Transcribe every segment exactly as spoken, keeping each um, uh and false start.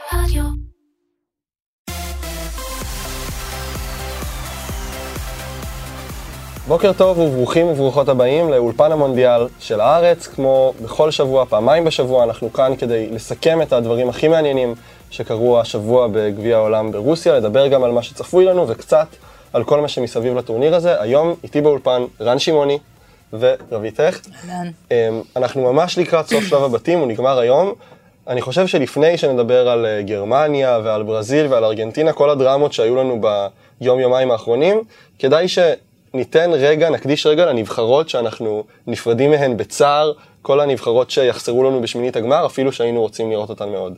רדיו. בוקר טוב וברוכים וברוכות הבאים לאולפן המונדיאל של הארץ. כמו בכל שבוע, פעמיים בשבוע, אנחנו כאן כדי לסכם את הדברים הכי מעניינים שקרו השבוע בגביע העולם ברוסיה, לדבר גם על מה שצפוי לנו וקצת על כל מה שמסביב לטורניר הזה. היום איתי באולפן רן שמעוני ורביתך. אנחנו ממש לקראת סוף שלב הבתים, הוא נגמר היום. אני חושב שלפני שנדבר על גרמניה ועל ברזיל ועל ארגנטינה, כל הדרמות שהיו לנו ביום יומיים האחרונים, כדאי שניתן רגע, נקדיש רגע לנבחרות שאנחנו נפרדים מהן בצער, כל הנבחרות שיחסרו לנו בשמינית הגמר, אפילו שהיינו רוצים לראות אותן מאוד.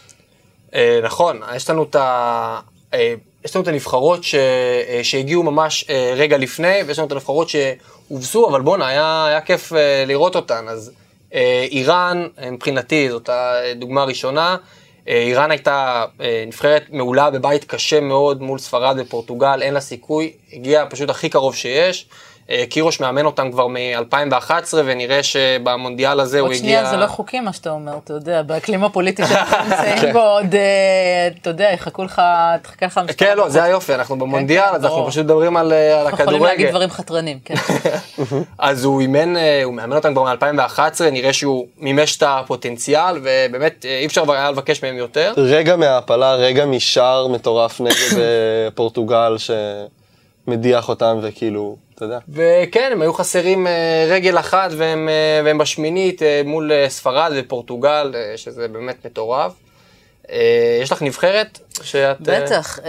נכון, יש לנו את ה... יש לנו את הנבחרות ש... שהגיעו ממש רגע לפני, ויש לנו את הנבחרות שהובסו, אבל בואו, היה, היה כיף לראות אותן. אז איראן, מבחינתי, זאת הדוגמה הראשונה. איראן הייתה נבחרת מעולה בבית קשה מאוד מול ספרד ופורטוגל, אין לה סיכוי, הגיע פשוט הכי קרוב שיש. קירוש מאמן אותם כבר מ-אלפיים ואחת עשרה, ונראה שבמונדיאל הזה הוא הגיע... עוד שנייה, זה לא חוקי מה שאתה אומר, אתה יודע, באקלים הפוליטי שאנחנו נמצאים בו עוד, אתה יודע, יחכו לך, תחכה לך משפט. כן, לא, זה היופי, אנחנו במונדיאל, אז אנחנו פשוט מדברים על הכדורגל. אנחנו יכולים להגיד דברים חתרנים, כן. אז הוא מאמן אותם כבר מ-אלפיים ואחת עשרה, נראה שהוא מימש את הפוטנציאל, ובאמת אי אפשר היה לבקש מהם יותר. רגע מההפלה, רגע משער מטורף נגד פורטוגל, שמדיח אותם וכאילו... וכן, הם היו חסרים רגל אחת והם, והם בשמינית מול ספרד ופורטוגל, שזה באמת מטורף. יש לך נבחרת שאת... בטח,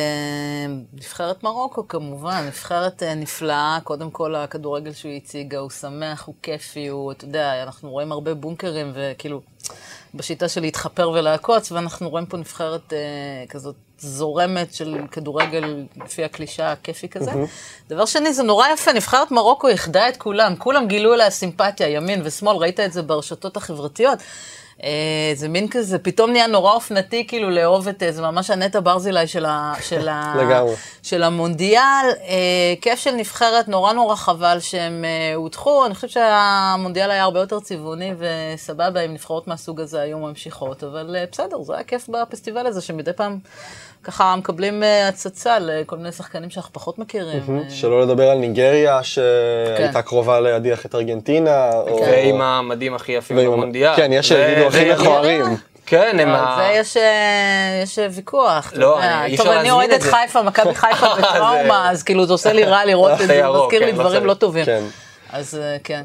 נבחרת מרוקו כמובן, נבחרת נפלאה, קודם כל הכדורגל שהוא הציגה, הוא שמח, הוא כיפי, הוא, אתה יודע, אנחנו רואים הרבה בונקרים וכאילו בשיטה של להתחפר ולעקוץ, ואנחנו רואים פה נבחרת כזאת, זורמת של כדורגל לפי הקלישה הכיפי כזה. Mm-hmm. דבר שני, זה נורא יפה, נבחרת מרוקו יחדה את כולם, כולם גילו אליה סימפתיה, ימין ושמאל, ראית את זה ברשתות החברתיות. אה, זה מין כזה, פתאום נהיה נורא אופנתי, כאילו לאהוב את זה, ממש הנטע ברזילי של, ה, של, ה, של המונדיאל. אה, כיף של נבחרת, נורא נורא חבל שהם אה, הודחו. אני חושבת שהמונדיאל היה הרבה יותר צבעוני וסבבה, עם נבחרות מהסוג הזה היו ממשיכות, אבל אה, בסדר, זה היה כיף בפסטיבל הזה, שמדי פעם ככה מקבלים הצצה לכל מיני שחקנים שאנחנו פחות מכירים. שלא לדבר על ניגריה, שהייתה קרובה להדיח את ארגנטינה. ועם המדים הכי יפים במונדיאל. כן, יש שהגידו הכי מכוערים. כן, הם... על זה יש ויכוח. לא, אי אפשר טוב, אני אוהדת חיפה, מכבי חיפה בטראומה, אז כאילו זה עושה לי רע לראות את זה, זה מזכיר לי דברים לא טובים. אז כן.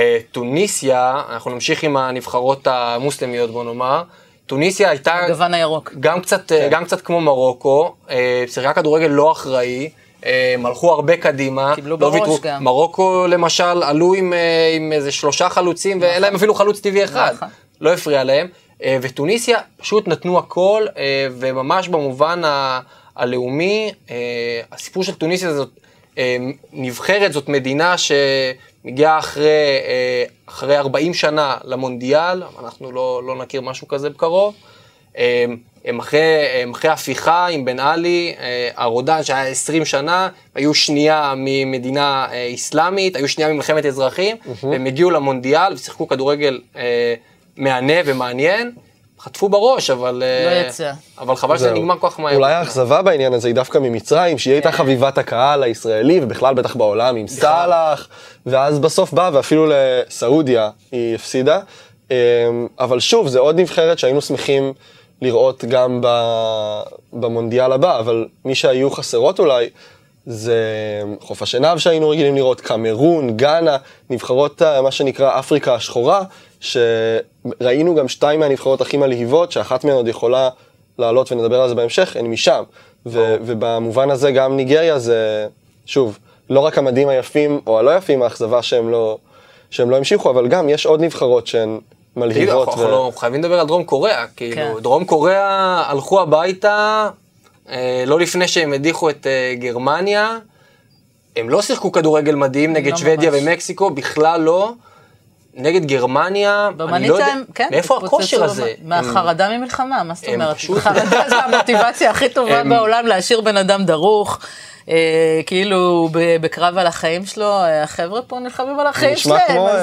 טוניסיה, אנחנו נמשיך עם הנבחרות המוסלמיות, בוא נאמר. טוניסיה הייתה... גוון הירוק. גם קצת, גם קצת כמו מרוקו, שיחקה כדורגל לא אחראי, הם הלכו הרבה קדימה. קיבלו בראש גם. מרוקו למשל עלו עם, עם איזה שלושה חלוצים, ואין להם אפילו חלוץ טבעי אחד. לא הפריע להם. וטוניסיה פשוט נתנו הכל, וממש במובן ה- הלאומי, הסיפור של טוניסיה זאת נבחרת, זאת מדינה שמגיעה אחרי, אחרי ארבעים שנה למונדיאל, אנחנו לא, לא נכיר משהו כזה בקרוב. הם אחרי, הם אחרי הפיכה עם בן עלי, הרודן שהיה עשרים שנה, היו שנייה ממדינה איסלאמית, היו שנייה ממלחמת אזרחים, והם הגיעו למונדיאל ושיחקו כדורגל מענה ומעניין, חטפו בראש, אבל... לא יצא. אבל חבל שזה נגמר כל כך מהר. אולי האכזבה בעניין הזה היא דווקא ממצרים, שהיא הייתה חביבת הקהל הישראלי, ובכלל בטח בעולם עם סלאח, ואז בסוף באה, ואפילו לסעודיה היא הפסידה. אבל שוב, זה עוד נבחרת שהיינו שמחים לראות גם במונדיאל הבא, אבל מי שהיו חסרות אולי, זה חוף השנהב שהיינו רגילים לראות, קמרון, גאנה, נבחרות מה שנקרא אפריקה השחורה, שראינו גם שתיים מהנבחרות הכי מלהיבות, שאחת מהן עוד יכולה לעלות ונדבר על זה בהמשך, הן משם. ו- ובמובן הזה גם ניגריה זה, שוב, לא רק המדים היפים או הלא יפים, האכזבה שהם לא, שהם לא המשיכו, אבל גם יש עוד נבחרות שהן מלהיבות. אנחנו לא חייבים לדבר על דרום קוריאה, כאילו, דרום קוריאה הלכו הביתה, לא לפני שהם הדיחו את גרמניה, הם לא שיחקו כדורגל מדהים נגד שוודיה ומקסיקו, בכלל לא. נגד גרמניה, אני לא יודע, מאיפה הכושר הזה? מהחרדה ממלחמה, מה זאת אומרת? חרדה זה המוטיבציה הכי טובה בעולם להשאיר בן אדם דרוך, כאילו בקרב על החיים שלו, החבר'ה פה נלחמים על החיים שלהם. נשמע כמו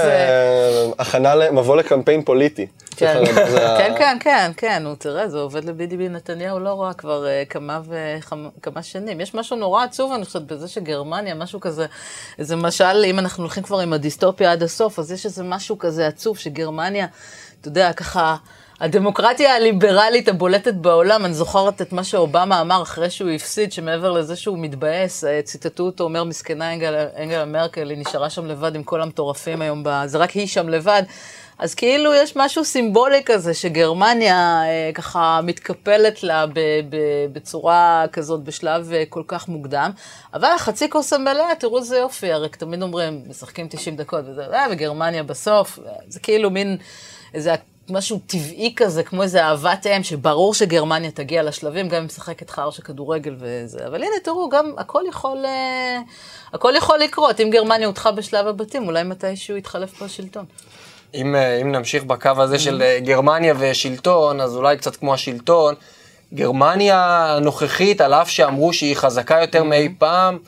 הכנה, מבוא לקמפיין פוליטי. כן, כן, כן, כן, הוא תראה, זה עובד לביבי נתניהו לא רע כבר כמה וכמה שנים. יש משהו נורא עצוב, אני חושבת, בזה שגרמניה, משהו כזה, איזה משל, אם אנחנו הולכים כבר עם הדיסטופיה עד הסוף, אז יש איזה משהו כזה עצוב, שגרמניה, אתה יודע, ככה, הדמוקרטיה הליברלית הבולטת בעולם, אני זוכרת את מה שאובמה אמר אחרי שהוא הפסיד, שמעבר לזה שהוא מתבאס, ציטטו אותו, אומר, מסכנה אנגלה מרקל, היא נשארה שם לבד עם כל המטורפים היום, זה רק היא שם לבד. אז כאילו יש משהו סימבולי כזה, שגרמניה אה, ככה מתקפלת לה ב, ב, בצורה כזאת בשלב אה, כל כך מוקדם, אבל החצי כוס המלאה, תראו איזה יופי, הרי תמיד אומרים, משחקים תשעים דקות, וזה, אה, וגרמניה בסוף, זה כאילו מין איזה משהו טבעי כזה, כמו איזה אהבת אם, שברור שגרמניה תגיע לשלבים, גם אם משחקת חר של כדורגל וזה, אבל הנה תראו, גם הכל יכול, אה, הכל יכול לקרות, אם גרמניה הודחה בשלב הבתים, אולי מתישהו יתחלף פה השלטון. אם, אם נמשיך בקו הזה של גרמניה ושלטון, אז אולי קצת כמו השלטון, גרמניה הנוכחית, על אף שאמרו שהיא חזקה יותר מאי פעם,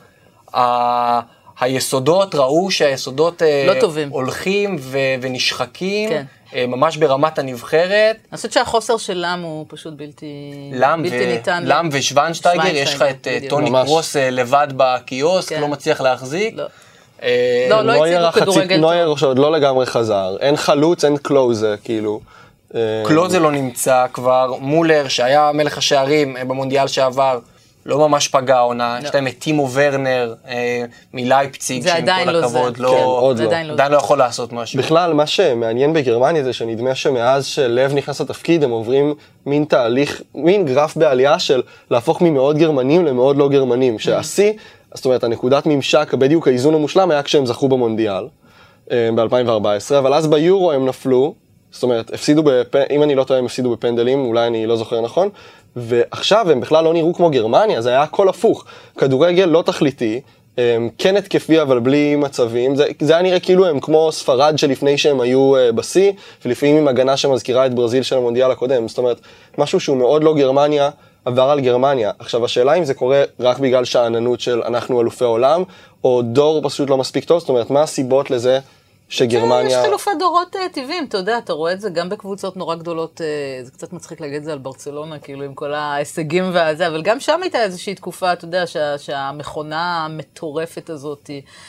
ה- היסודות, ראו שהיסודות לא טובים. הולכים ו- ונשחקים, כן. ממש ברמת הנבחרת. אני חושבת שהחוסר של לם הוא פשוט בלתי, לם בלתי ו- ניתן. לם ושוונשטייגר, יש לך את בדיוק. טוני ממש. קרוס לבד בקיוסק, כן. לא מצליח להחזיק. לא. אה, לא, לא נויר הציגו כדורגל החצי- טוב. נויר שעוד לא לגמרי חזר, אין חלוץ, אין קלוזה, כאילו. אה, קלוזה לא נמצא כבר, מולר שהיה מלך השערים אה, במונדיאל שעבר, לא ממש פגע עונה, יש להם את טימו ורנר אה, מלייפציג, זה שעם עדיין כל לא הכבוד זה. לא, כן, עוד זה לא. עדיין לא עדיין לא יכול לעשות משהו. בכלל, מה שמעניין בגרמניה זה שנדמה שמאז שלב נכנס לתפקיד, הם עוברים מין תהליך, מין גרף בעלייה של להפוך ממאוד גרמנים למאוד לא גרמנים, שהשיא, זאת אומרת, הנקודת ממשק, בדיוק האיזון המושלם היה כשהם זכו במונדיאל, ב-אלפיים וארבע עשרה, אבל אז ביורו הם נפלו, זאת אומרת, הפסידו, בפ... אם אני לא טועה, הם הפסידו בפנדלים, אולי אני לא זוכר נכון, ועכשיו הם בכלל לא נראו כמו גרמניה, זה היה הכל הפוך. כדורגל לא תכליתי, כן התקפי אבל בלי מצבים, זה, זה היה נראה כאילו הם כמו ספרד שלפני שהם היו בשיא, ולפעמים עם הגנה שמזכירה את ברזיל של המונדיאל הקודם, זאת אומרת, משהו שהוא מאוד לא גרמניה, עבר על גרמניה. עכשיו, השאלה אם זה קורה רק בגלל שהעננות של אנחנו אלופי עולם, או דור פשוט לא מספיק טוב, זאת אומרת, מה הסיבות לזה שגרמניה... יש חילופי דורות טבעיים, אתה יודע, אתה רואה את זה גם בקבוצות נורא גדולות, זה קצת מצחיק להגיד את זה על ברצלונה, כאילו עם כל ההישגים והזה, אבל גם שם הייתה איזושהי תקופה, אתה יודע, שה, שהמכונה המטורפת הזאת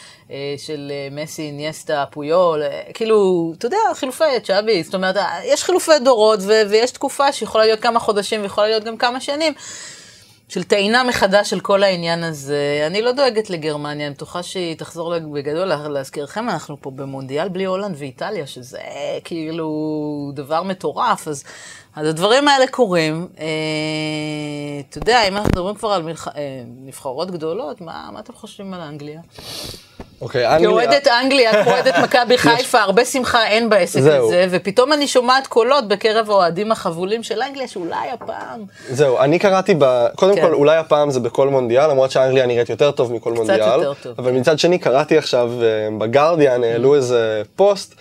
של מסי, אינייסטה, פויול, כאילו, אתה יודע, חילופי צ'אבי, זאת אומרת, יש חילופי דורות ו- ויש תקופה שיכולה להיות כמה חודשים ויכולה להיות גם כמה שנים, של טעינה מחדש של כל העניין הזה. אני לא דואגת לגרמניה, אני בטוחה שהיא תחזור בגדול להזכירכם, אנחנו פה במונדיאל בלי הולנד ואיטליה, שזה כאילו דבר מטורף, אז, אז הדברים האלה קורים. אה, אתה יודע, אם אנחנו מדברים כבר על מלח... אה, נבחרות גדולות, מה, מה אתם חושבים על אנגליה? אוקיי, אנגליה... כאוהדת אנגליה, כאוהדת מכבי חיפה, הרבה שמחה אין בעסק הזה, ופתאום אני שומעת קולות בקרב האוהדים החבולים של אנגליה, שאולי הפעם... זהו, אני קראתי, ב... קודם כל, אולי הפעם זה בכל מונדיאל, למרות שאנגליה נראית יותר טוב מכל מונדיאל. קצת יותר טוב. אבל מצד שני, קראתי עכשיו בגרדיאן, העלו איזה פוסט,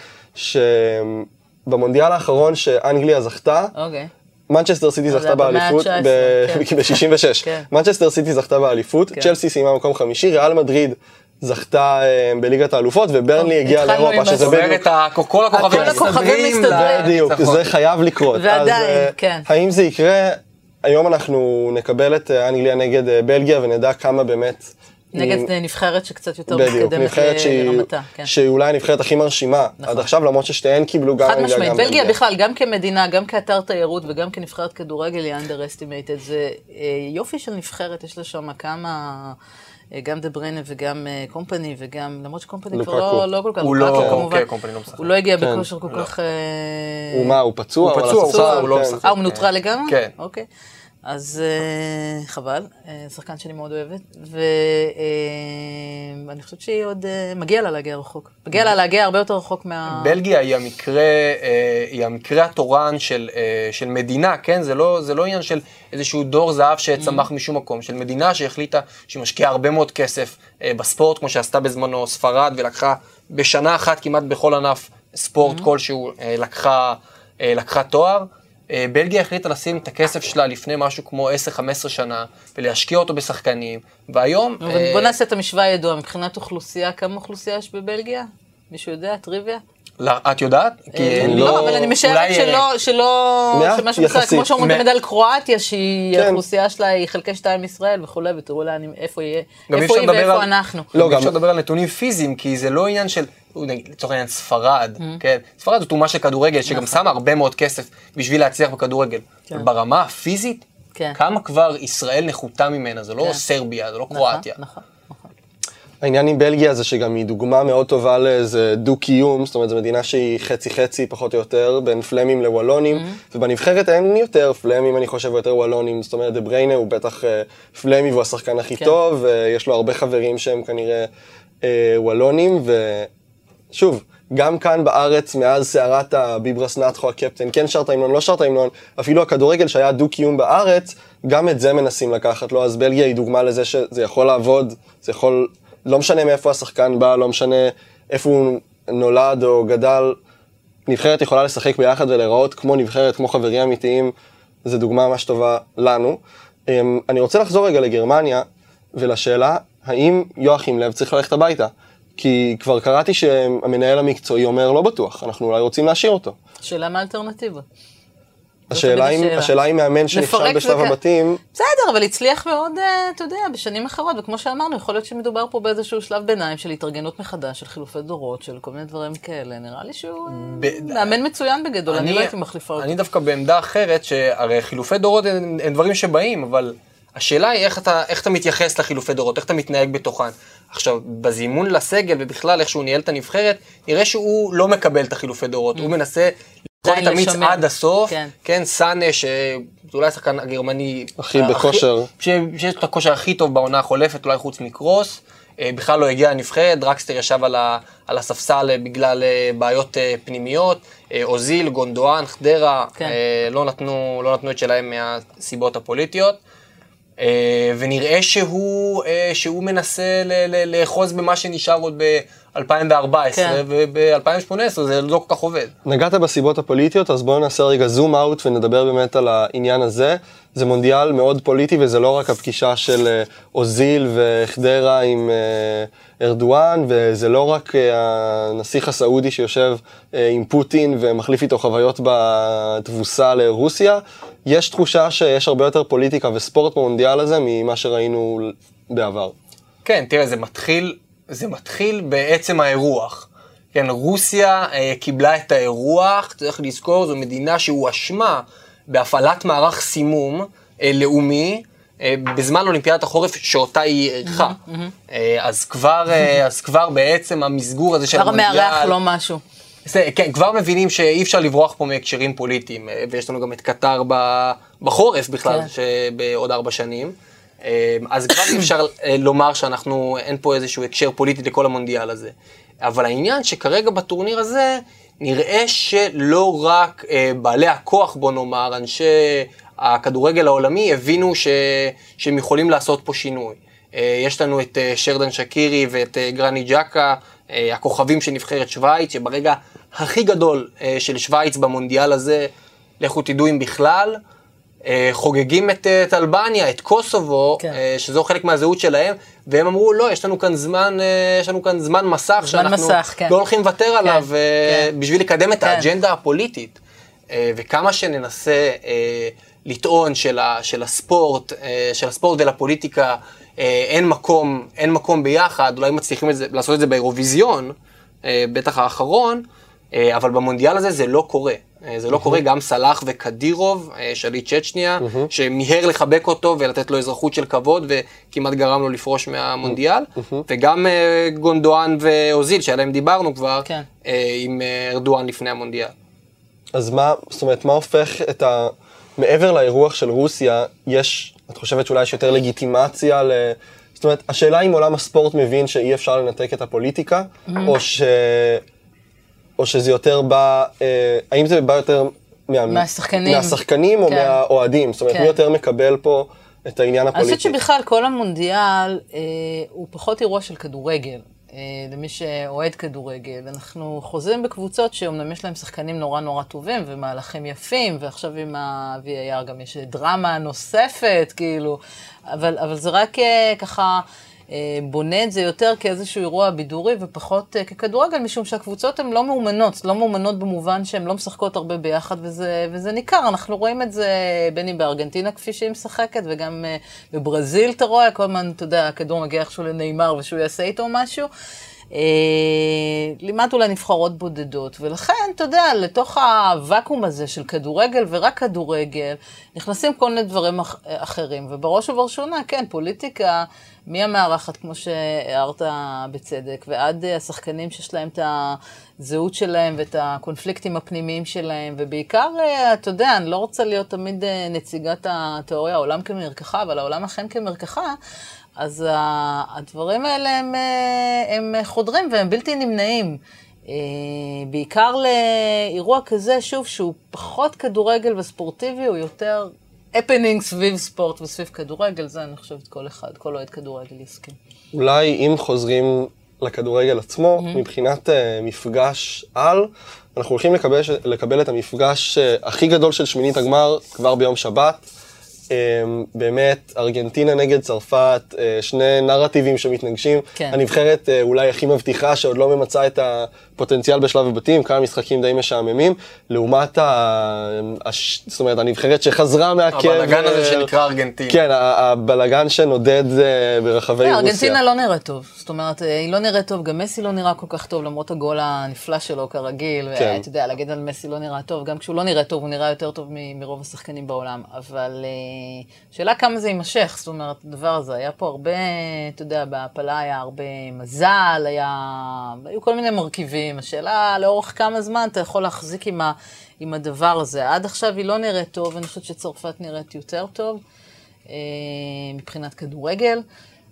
שבמונדיאל האחרון שאנגליה זכתה, אוקיי. מנצ'סטר סיטי זכתה באליפות ב-שישים ושש. מנצ'סטר סיטי זכתה באליפות, צ'לסי סיימה מקום חמישי, ריאל מדריד זכתה בליגת האלופות, וברנלי הגיע לאירופה, שזה בדיוק... כל הכוכבים מסתדרים. בדיוק, זה חייב לקרות. ועדיין, כן. האם זה יקרה? היום אנחנו נקבל את אנגליה נגד בלגיה, ונדע כמה באמת... נגד נבחרת שקצת יותר מתקדמת לרמתה. שהיא אולי הנבחרת הכי מרשימה עד עכשיו, למרות ששתיהן קיבלו גם אנגליה, גם בלגיה. בלגיה בכלל, גם כמדינה, גם כאתר תיירות, וגם כנבחרת כדורגל, היא underestimated. זה יופי של נבחרת, יש לה שם כמה... גם דה בריינה וגם קומפני, וגם, למרות שקומפני כבר לא כל כך, הוא לא, אוקיי, קומפני לא משחק. הוא לא הגיע בכושר כל כך... הוא מה, הוא פצוע? הוא פצוע, הוא לא משחק. אה, הוא מנוטרל לגמרי? כן. אוקיי. אז חבל, שחקן שאני מאוד אוהבת, ואני חושבת שהיא עוד מגיעה לה להגיע רחוק. מגיעה לה להגיע הרבה יותר רחוק מה... בלגיה היא המקרה, היא המקרה התורן של, של מדינה, כן? זה לא, זה לא עניין של איזשהו דור זהב שצמח משום מקום, של מדינה שהחליטה שהיא משקיעה הרבה מאוד כסף בספורט, כמו שעשתה בזמנו ספרד, ולקחה בשנה אחת כמעט בכל ענף ספורט כלשהו, לקחה, לקחה תואר. בלגיה החליטה לשים את הכסף שלה לפני משהו כמו עשר חמש עשרה שנה, ולהשקיע אותו בשחקנים, והיום... בוא נעשה את המשוואה הידועה, מבחינת אוכלוסייה, כמה אוכלוסייה יש בבלגיה? מישהו יודע? טריוויה? את יודעת? לא, אבל אני משערת שלא, שמשהו בסדר, כמו שאומרים תמיד על קרואטיה, שהיא האוכלוסייה שלה היא חלקי שתיים ישראל וכו', ותראו לה איפה היא ואיפה אנחנו. לא, אפשר לדבר על נתונים פיזיים, כי זה לא עניין של, לצורך העניין ספרד, כן? ספרד זאת אומה של כדורגל, שגם שמה הרבה מאוד כסף בשביל להצליח בכדורגל. ברמה הפיזית, כמה כבר ישראל נחותה ממנה, זה לא סרביה, זה לא קרואטיה. העניין עם בלגיה זה שגם היא דוגמה מאוד טובה לאיזה דו-קיום, זאת אומרת, זו מדינה שהיא חצי-חצי פחות או יותר, בין פלמים לוולונים, mm-hmm. ובנבחרת אין יותר פלמים, אני חושב, יותר וולונים, זאת אומרת, דה בריינה הוא בטח אה, פלמי והוא השחקן הכי כן. טוב, ויש לו הרבה חברים שהם כנראה אה, וולונים, ושוב, גם כאן בארץ, מאז סערת הביברס נאטחו הקפטן, כן שרת ההמנון, לא שרת ההמנון, אפילו הכדורגל שהיה דו-קיום בארץ, גם את זה מנסים לקחת לו, אז בלגיה היא דוגמה לזה שזה יכול לעבוד, זה יכול... לא משנה מאיפה השחקן בא, לא משנה איפה הוא נולד או גדל, נבחרת יכולה לשחק ביחד ולהיראות כמו נבחרת, כמו חברים אמיתיים, זו דוגמה ממש טובה לנו. אני רוצה לחזור רגע לגרמניה, ולשאלה, האם יואכים לב צריך ללכת הביתה? כי כבר קראתי שהמנהל המקצועי אומר לא בטוח, אנחנו אולי רוצים להשאיר אותו. שאלה מה האלטרנטיבה? השאלה היא מאמן שנכשל בשלב הבתים. בסדר, אבל הצליח מאוד, אתה יודע, בשנים אחרות, וכמו שאמרנו, יכול להיות שמדובר פה באיזשהו שלב ביניים של התארגנות מחדש, של חילופי דורות, של כל מיני דברים כאלה. נראה לי שהוא מאמן מצוין בגדול, אני לא הייתי מחליפה אותו. אני דווקא בעמדה אחרת, שהרי חילופי דורות הם דברים שבאים, אבל השאלה היא איך אתה מתייחס לחילופי דורות, איך אתה מתנהג בתוכן. עכשיו, בזימון לסגל ובכלל איך שהוא ניהל את הנבחרת, נראה שהוא לא מקבל את החילופי דורות, הוא מנסה לדחוק את המיץ עד הסוף, כן, כן, סאנה, שאולי השחקן הגרמני... הכי בכושר. שיש את הכושר הכי טוב בעונה החולפת, אולי חוץ מקרוס, בכלל לא הגיע הנבחרת, דרקסטר ישב על, ה, על הספסל בגלל בעיות פנימיות, אוזיל, גונדואן, חדרה, כן. לא, נתנו, לא נתנו את שלהם מהסיבות הפוליטיות, ונראה שהוא, שהוא מנסה לאחוז במה שנשאר עוד ב-אלפיים וארבע עשרה, כן. וב-אלפיים שמונה עשרה זה לא כל כך עובד. נגעת בסיבות הפוליטיות, אז בואו נעשה רגע זום אאוט ונדבר באמת על העניין הזה. זה מונדיאל מאוד פוליטי, וזה לא רק הפגישה של אוזיל וחדרה עם ארדואן, וזה לא רק הנסיך הסעודי שיושב עם פוטין ומחליף איתו חוויות בתבוסה לרוסיה. יש תחושה שיש הרבה יותר פוליטיקה וספורט במונדיאל הזה ממה שראינו בעבר. כן, תראה, זה מתחיל, זה מתחיל בעצם האירוח. כן, רוסיה אה, קיבלה את האירוח, צריך לזכור, זו מדינה שהואשמה בהפעלת מערך סימום אה, לאומי, אה, בזמן אולימפיאדת החורף שאותה היא ערכה. אה, אז, כבר, אה, אז כבר בעצם המסגור הזה של המונדיאל... כבר מארח לא משהו. זה, כן, כבר מבינים שאי אפשר לברוח פה מהקשרים פוליטיים, ויש לנו גם את קטר בחורף בכלל, כן. שבעוד ארבע שנים. אז כבר אי אפשר לומר שאנחנו, אין פה איזשהו הקשר פוליטי לכל המונדיאל הזה. אבל העניין שכרגע בטורניר הזה, נראה שלא רק בעלי הכוח, בוא נאמר, אנשי הכדורגל העולמי, הבינו ש... שהם יכולים לעשות פה שינוי. יש לנו את שרדן שקירי ואת גרני ג'קה, הכוכבים של נבחרת שוויץ, שברגע הכי גדול של שוויץ במונדיאל הזה, לכו תדעו אם בכלל, חוגגים את, את אלבניה, את קוסובו, כן. שזו חלק מהזהות שלהם, והם אמרו, לא, יש לנו כאן זמן, יש לנו כאן זמן מסך, זמן שאנחנו מסך, כן. לא הולכים לוותר כן. עליו, כן. בשביל לקדם את כן. האג'נדה הפוליטית. וכמה שננסה לטעון של, ה, של הספורט, של הספורט ולפוליטיקה, אין מקום, אין מקום ביחד, אולי מצליחים את זה, לעשות את זה באירוויזיון, בטח האחרון, אבל במונדיאל הזה זה לא קורה. זה לא קורה, גם סלאח וקדירוב, שליט צ'צ'ניה, שמיהר לחבק אותו ולתת לו אזרחות של כבוד, וכמעט גרם לו לפרוש מהמונדיאל, וגם גונדואן ואוזיל, שעליהם דיברנו כבר, עם ארדואן לפני המונדיאל. אז מה, זאת אומרת, מה הופך את ה... מעבר לאירוח של רוסיה, יש, את חושבת שאולי יש יותר לגיטימציה ל... זאת אומרת, השאלה אם עולם הספורט מבין שאי אפשר לנתק את הפוליטיקה, או ש... או שזה יותר בא, אה, האם זה בא יותר מה... מהשחקנים, מהשחקנים כן. או מהאוהדים? זאת אומרת, כן. מי יותר מקבל פה את העניין הפוליטי? אני חושבת שבכלל כל המונדיאל אה, הוא פחות אירוע של כדורגל. למי שאוהד כדורגל. אנחנו חוזרים בקבוצות שאומנם יש להם שחקנים נורא נורא טובים ומהלכים יפים, ועכשיו עם ה-וי איי אר גם יש דרמה נוספת, כאילו, אבל, אבל זה רק ככה בונה את זה יותר כאיזשהו אירוע בידורי ופחות ככדורגל, משום שהקבוצות הן לא מאומנות, לא מאומנות במובן שהן לא משחקות הרבה ביחד, וזה, וזה ניכר. אנחנו רואים את זה בין אם בארגנטינה כפי שהיא משחקת, וגם בברזיל אתה רואה, כל הזמן, אתה יודע, הכדור מגיע איכשהו לנאמר ושהוא יעשה איתו משהו. לימדו לנבחרות בודדות, ולכן, אתה יודע, לתוך הוואקום הזה של כדורגל ורק כדורגל, נכנסים כל מיני דברים אחרים, ובראש ובראשונה, כן, פוליטיקה, מי המערכת, כמו שהערת בצדק, ועד השחקנים שיש להם את הזהות שלהם ואת הקונפליקטים הפנימיים שלהם, ובעיקר, אתה יודע, אני לא רוצה להיות תמיד נציגת התיאוריה, העולם כמרקחה, אבל העולם אכן כמרקחה, אז הדברים האלה הם, הם חודרים והם בלתי נמנעים. בעיקר לאירוע כזה, שוב, שהוא פחות כדורגל וספורטיבי, הוא יותר הפנינג סביב ספורט וסביב כדורגל, זה אני חושבת כל אחד, כל אוהד כדורגל יסכים. אולי אם חוזרים לכדורגל עצמו, mm-hmm. מבחינת uh, מפגש על, אנחנו הולכים לקבל, לקבל את המפגש uh, הכי גדול של שמינית הגמר כבר ביום שבת. באמת, ארגנטינה נגד צרפת, שני נרטיבים שמתנגשים. כן. הנבחרת אולי הכי מבטיחה שעוד לא ממצא את הפוטנציאל בשלב הבתים, כמה משחקים די משעממים, לעומת ה... הש... זאת אומרת, הנבחרת שחזרה מהקבר. הבלגן הזה שנקרא ארגנטינה. כן, הבלגן שנודד ברחבי רוסיה. ארגנטינה לא נראית טוב. זאת אומרת, היא לא נראית טוב, גם מסי לא נראה כל כך טוב, למרות הגול הנפלא שלו כרגיל. כן. ואתה יודע, להגיד על מסי לא נראה טוב, גם כשהוא לא נראה טוב, הוא נראה יותר טוב מרוב השחקנים בעולם. אבל שאלה כמה זה יימשך, זאת אומרת, הדבר הזה, היה פה הרבה, אתה יודע, בהפלה היה הרבה מזל, היה, היו כל מיני מרכיבים, השאלה לאורך כמה זמן אתה יכול להחזיק עם, ה, עם הדבר הזה. עד עכשיו היא לא נראית טוב, אני חושבת שצרפת נראית יותר טוב, מבחינת כדורגל,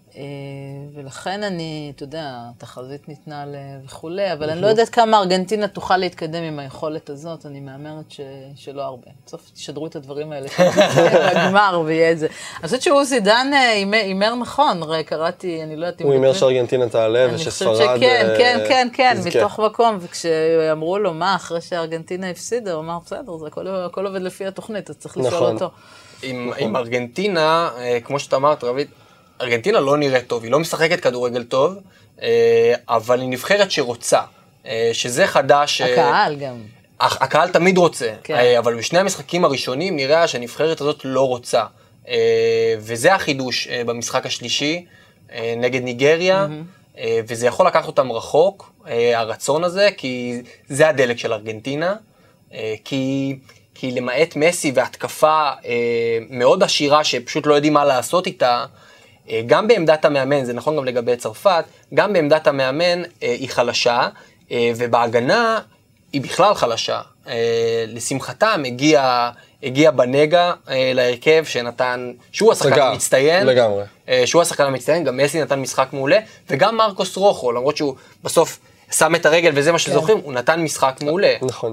ולכן אני, אתה יודע, תחזית ניתנה וכולי, אבל אני לא יודעת כמה ארגנטינה תוכל להתקדם עם היכולת הזאת, אני מאמרת ש... שלא הרבה. בסוף תשדרו את הדברים האלה, בגמר ויהיה את זה. אני חושבת שהוא זידן הימר נכון, הרי קראתי, אני לא יודעת אם... הוא הימר שארגנטינה תעלה ושספרד... אני חושבת שכן, כן, כן, כן, מתוך מקום, וכשאמרו לו מה, אחרי שארגנטינה הפסידה, הוא אמר, בסדר, זה הכל עובד לפי התוכנית, אז צריך לשאול אותו. עם ארגנטינה, כמו שאתה אמרת, רבית, ארגנטינה לא נראית טוב, היא לא משחקת כדורגל טוב, אבל היא נבחרת שרוצה, שזה חדש. הקהל גם. הקהל תמיד רוצה, אבל בשני המשחקים הראשונים נראה שהנבחרת הזאת לא רוצה. וזה החידוש במשחק השלישי נגד ניגריה, וזה יכול לקחת אותם רחוק, הרצון הזה, כי זה הדלק של ארגנטינה, כי... כי למעט מסי והתקפה מאוד עשירה שפשוט לא יודעים מה לעשות איתה, גם בעמדת המאמן, זה נכון גם לגבי צרפת, גם בעמדת המאמן היא חלשה, ובהגנה היא בכלל חלשה. לשמחתם הגיע, הגיע בנגה להרכב שנתן, שהוא השחקן המצטיין, לגמרי. שהוא השחקן המצטיין, גם מסי נתן משחק מעולה, וגם מרקוס רוחו, למרות שהוא בסוף שם את הרגל וזה מה שזוכרים, הוא נתן משחק מעולה. נכון.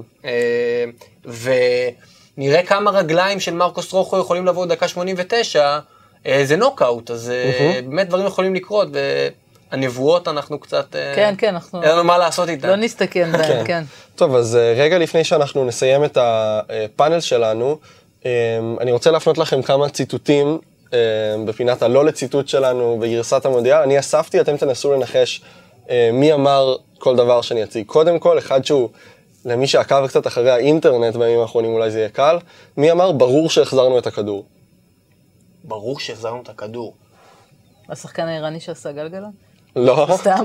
ונראה כמה רגליים של מרקוס רוחו יכולים לבוא דקה שמונים ותשע, זה נוקאוט, אז באמת דברים יכולים לקרות, והנבואות אנחנו קצת... כן, כן, אנחנו... אין לנו מה לעשות איתן. לא נסתכן בהם, כן. טוב, אז רגע לפני שאנחנו נסיים את הפאנל שלנו, אני רוצה להפנות לכם כמה ציטוטים בפינת הלא לציטוט שלנו בגרסת המונדיאל. אני אספתי, אתם תנסו לנחש מי אמר כל דבר שאני אציג. קודם כל, אחד שהוא, למי שעקב קצת אחרי האינטרנט בימים האחרונים, אולי זה יהיה קל, מי אמר ברור שהחזרנו את הכדור? ברור שהחזרנו את הכדור. השחקן האיראני שעשה גלגלה? לא. סתם.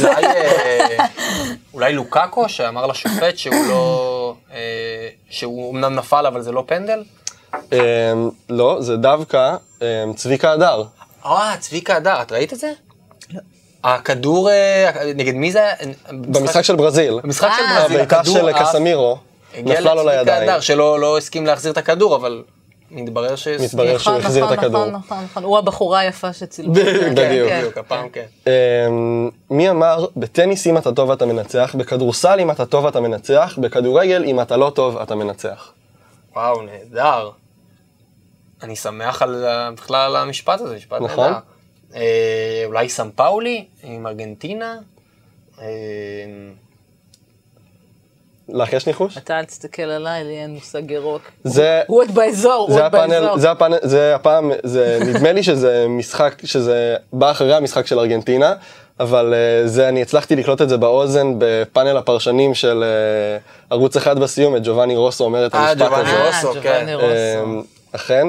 אולי לוקאקו שאמר לשופט שהוא לא, שהוא אמנם נפל אבל זה לא פנדל? לא, זה דווקא צביקה הדר. אה, צביקה הדר, את ראית את זה? לא. הכדור, נגד מי זה? במשחק של ברזיל. במשחק של ברזיל. הבעיטה של קסמירו נפלה לו לידיים. שלא הסכים להחזיר את הכדור, אבל מתברר ש... מתברר שהוא החזיר את הכדור. נכון, נכון, נכון. הוא הבחורה היפה שצילמו. בדיוק, הפעם כן. מי אמר, בטניס אם אתה טוב אתה מנצח, בכדורסל אם אתה טוב אתה מנצח, בכדורגל אם אתה לא טוב אתה מנצח. וואו, נהדר. אני שמח בכלל על המשפט הזה, משפט נהדר. אולי סמפאולי עם ארגנטינה? לך יש ניחוש? אתה אל תסתכל עליי, לי אין מושג ירוק. זה... הוא עוד באזור, הוא זה עוד הפאנל, באזור. זה הפאנל, זה הפעם, זה נדמה לי שזה משחק, שזה בא אחרי המשחק של ארגנטינה, אבל uh, זה, אני הצלחתי לקלוט את זה באוזן בפאנל הפרשנים של uh, ערוץ אחד בסיום, את ג'ובאני רוסו אומר את המשפט ג'ובאני הזה. רוסו, אה, כן. ג'ובאני רוסו. אכן,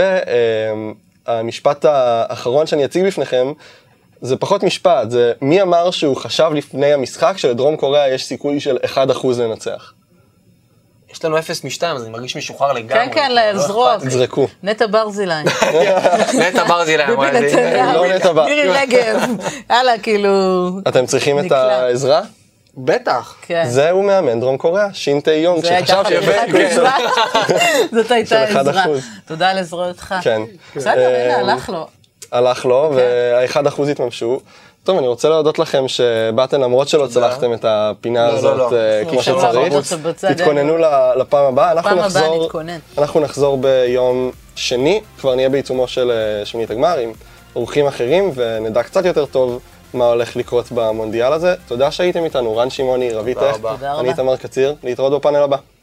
והמשפט האחרון שאני אציג בפניכם, זה פחות משפט, זה מי אמר שהוא חשב לפני המשחק שלדרום קוריאה יש סיכוי של אחד אחוז לנצח. יש לנו אפס משתיים, אז אני מרגיש משוחרר לגמרי. כן, כן, לזרוק. תזרקו. נטע ברזילי. נטע ברזילי אמרה ביבי לי. נתניהו. לא נטע בר. מירי רגב. יאללה, כאילו... אתם צריכים את נקלע. העזרה? בטח. כן. זהו מאמן דרום קוריאה, שין טי יונג, זה הייתה שחשב חתיכת שיפה. עזרה. זאת הייתה של אחד עזרה. אחוז. תודה על עזרתך. כן. בסדר, אה, הנה, הלך לו. הלך לו, והאחד אחוז התממשו. טוב, אני רוצה להודות לכם שבאתם למרות שלא צלחתם את הפינה לא, לא, הזאת לא. אה, כמו אפשר שצריך. לעמוד עכשיו בצד. תתכוננו ל- לפעם הבאה, אנחנו פעם הבאה נחזור, נתכונן. אנחנו נחזור ביום שני, כבר נהיה בעיצומו של אה, שמינית הגמר עם אורחים אחרים, ונדע קצת יותר טוב מה הולך לקרות במונדיאל הזה. תודה שהייתם איתנו, רן שמעוני, רביטך, רבה. תודה אני רבה. תמר קציר, להתראות בפאנל הבא.